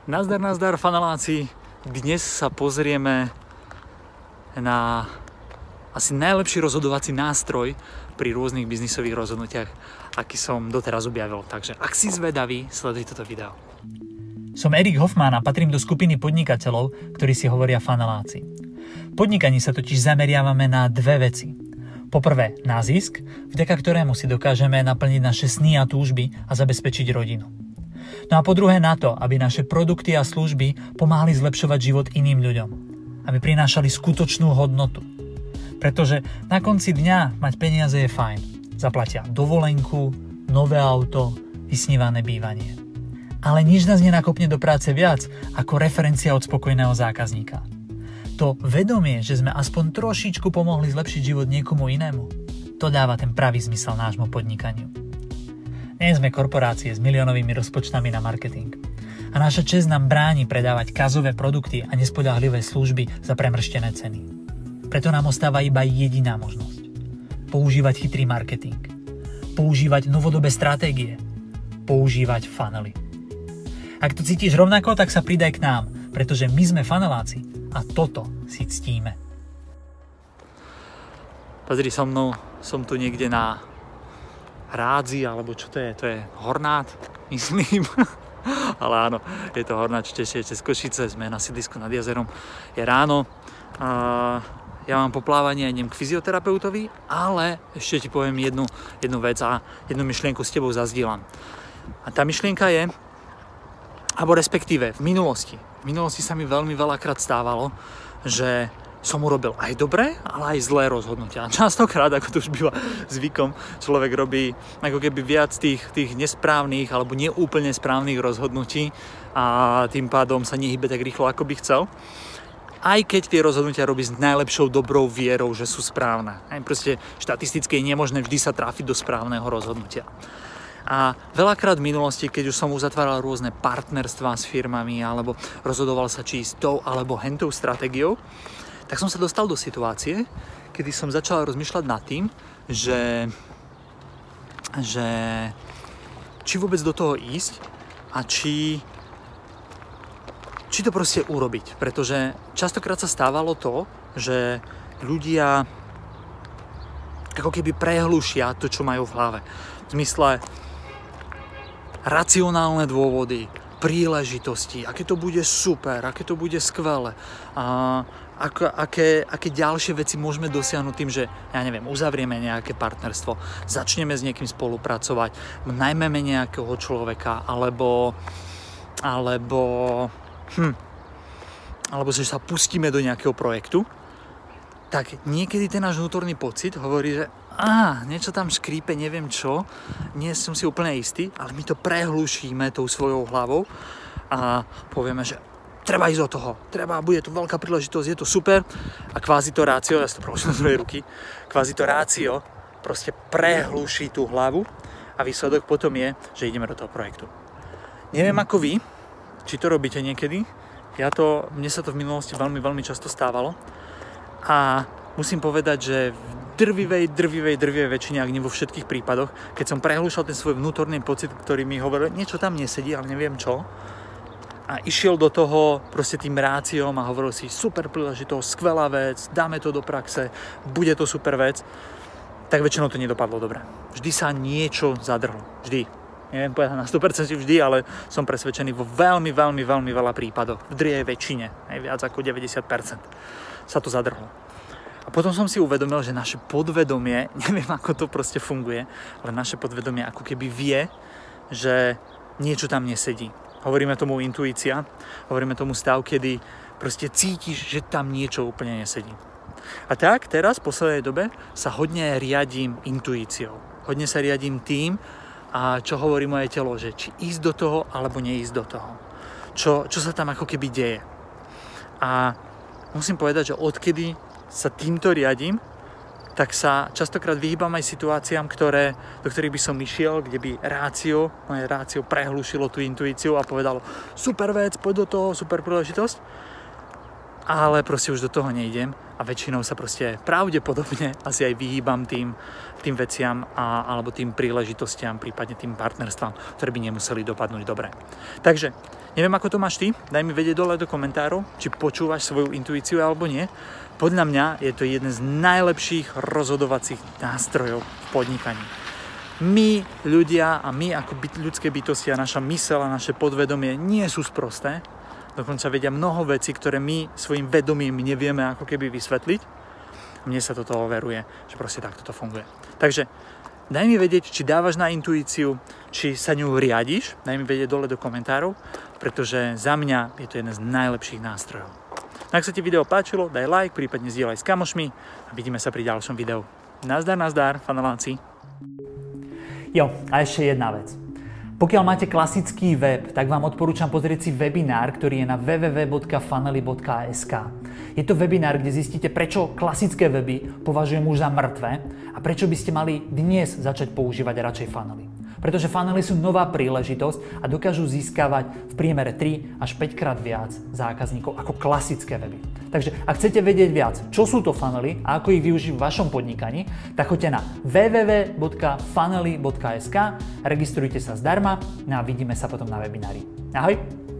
Nazdar, faneláci. Dnes sa pozrieme na asi najlepší rozhodovací nástroj pri rôznych biznisových rozhodnutiach, aký som doteraz objavil. Takže ak si zvedavý, sleduj toto video. Som Erik Hoffman a patrím do skupiny podnikateľov, ktorí si hovoria faneláci. V podnikaní sa totiž zameriavame na dve veci. Poprvé na zisk, vďaka ktorému si dokážeme naplniť naše sny a túžby a zabezpečiť rodinu. No a po druhé na to, aby naše produkty a služby pomáhali zlepšovať život iným ľuďom. Aby prinášali skutočnú hodnotu. Pretože na konci dňa mať peniaze je fajn. Zaplatia dovolenku, nové auto, vysnívané bývanie. Ale nič nás nenakopne do práce viac ako referencia od spokojného zákazníka. To vedomie, že sme aspoň trošičku pomohli zlepšiť život niekomu inému, to dáva ten pravý zmysel nášmu podnikaniu. Nie sme korporácie s miliónovými rozpočtami na marketing. A naša česť nám bráni predávať kazové produkty a nespoľahlivé služby za premrštené ceny. Preto nám ostáva iba jediná možnosť. Používať chytrý marketing. Používať novodobé stratégie. Používať funnely. Ak to cítiš rovnako, tak sa pridaj k nám, pretože my sme faneláci a toto si ctíme. Pozri so mnou, som tu niekde na Rádzi, alebo čo to je? To je Hornát, myslím. Ale áno, je to Hornát, čiže cez Košice, sme na sídlisku nad jazerom. Je ráno, ja mám poplávanie a idem k fyzioterapeutovi, ale ešte ti poviem jednu vec a jednu myšlienku s tebou zazdielam. A tá myšlienka je, alebo respektíve v minulosti sa mi veľmi veľakrát stávalo, že som urobil aj dobré, ale aj zlé rozhodnutia. A častokrát, ako to už býva zvykom, človek robí ako keby viac tých nesprávnych alebo neúplne správnych rozhodnutí a tým pádom sa nehybe tak rýchlo, ako by chcel. Aj keď tie rozhodnutia robí s najlepšou dobrou vierou, že sú správne. Proste štatisticky je nemožné vždy sa trafiť do správneho rozhodnutia. A veľakrát v minulosti, keď už som uzatváral rôzne partnerstvá s firmami alebo rozhodoval sa či s tou alebo hentou stratégiou, tak som sa dostal do situácie, kedy som začal rozmýšľať nad tým, že či vôbec do toho ísť a či to proste urobiť. Pretože častokrát sa stávalo to, že ľudia ako keby prehlušia to, čo majú v hlave. V zmysle racionálne dôvody, príležitosti, aké to bude super, aké to bude skvelé, aké ďalšie veci môžeme dosiahnuť tým, že, ja neviem, uzavrieme nejaké partnerstvo, začneme s niekým spolupracovať, najmeme nejakého človeka, alebo že sa pustíme do nejakého projektu, tak niekedy ten náš vnútorný pocit hovorí, že niečo tam škrípe, neviem čo, nie som si úplne istý, ale my to prehlušíme tou svojou hlavou a povieme, že treba ísť do toho, bude to veľká príležitosť, je to super a kvázi to rácio, ja si to prosím z druhej ruky, kvázi to rácio proste prehluší tú hlavu a výsledok potom je, že ideme do toho projektu. Neviem ako vy, či to robíte niekedy, mne sa to v minulosti veľmi, veľmi často stávalo a musím povedať, že v drvivej väčšine, ak nie vo všetkých prípadoch, keď som prehlúšal ten svoj vnútorný pocit, ktorý mi hovoril, niečo tam nesedí, ale neviem čo, a išiel do toho proste tým ráciom a hovoril si, super príležitosť, skvelá vec, dáme to do praxe, bude to super vec, tak väčšinou to nedopadlo dobre. Vždy sa niečo zadrhlo. Vždy. Neviem povedať na 100% vždy, ale som presvedčený vo veľmi, veľmi, veľmi veľa prípadoch. V drvivej väčšine, aj viac ako 90% sa to zadrhlo. A potom som si uvedomil, že naše podvedomie, neviem ako to proste funguje, ale naše podvedomie ako keby vie, že niečo tam nesedí. Hovoríme tomu intuícia, hovoríme tomu stav, kedy proste cítiš, že tam niečo úplne nesedí. A tak teraz v poslednej dobe sa hodne riadím intuíciou. Hodne sa riadím tým, čo hovorí moje telo, že či ísť do toho, alebo neísť do toho. Čo sa tam ako keby deje. A musím povedať, že odkedy sa týmto riadím, tak sa častokrát vyhýbam aj situáciám, do ktorých by som išiel, kde by moje rácio prehlušilo tú intuíciu a povedalo super vec, poď do toho, super príležitosť. Ale proste už do toho nejdem a väčšinou sa proste pravdepodobne asi aj vyhýbam tým veciam alebo tým príležitostiam, prípadne tým partnerstvám, ktoré by nemuseli dopadnúť dobre. Takže Neviem, ako to máš ty, daj mi vedieť dole do komentárov, či počúvaš svoju intuíciu alebo nie. Podľa mňa je to jeden z najlepších rozhodovacích nástrojov v podnikaní. My, ľudia a my ako ľudské bytosti a naša myseľ a naše podvedomie nie sú sprosté. Dokonca vedia mnoho vecí, ktoré my svojim vedomím nevieme ako keby vysvetliť. Mne sa toto overuje, že proste takto to funguje. Takže daj mi vedieť, či dávaš na intuíciu, či sa ňou riadiš. Daj mi vedieť dole do komentárov, pretože za mňa je to jeden z najlepších nástrojov. Ak sa ti video páčilo, daj like, prípadne zdieľaj s kamošmi a vidíme sa pri ďalšom videu. Nazdar, faneláci. Jo, a ešte jedna vec. Pokiaľ máte klasický web, tak vám odporúčam pozrieť si webinár, ktorý je na www.funnely.sk. Je to webinár, kde zistíte, prečo klasické weby považujem už za mŕtve a prečo by ste mali dnes začať používať radšej funnely. Pretože funnely sú nová príležitosť a dokážu získavať v priemere 3 až 5 krát viac zákazníkov ako klasické weby. Takže ak chcete vedieť viac, čo sú to funnely a ako ich využiť v vašom podnikaní, tak choďte na www.funnely.sk, registrujte sa zdarma a vidíme sa potom na webinári. Ahoj!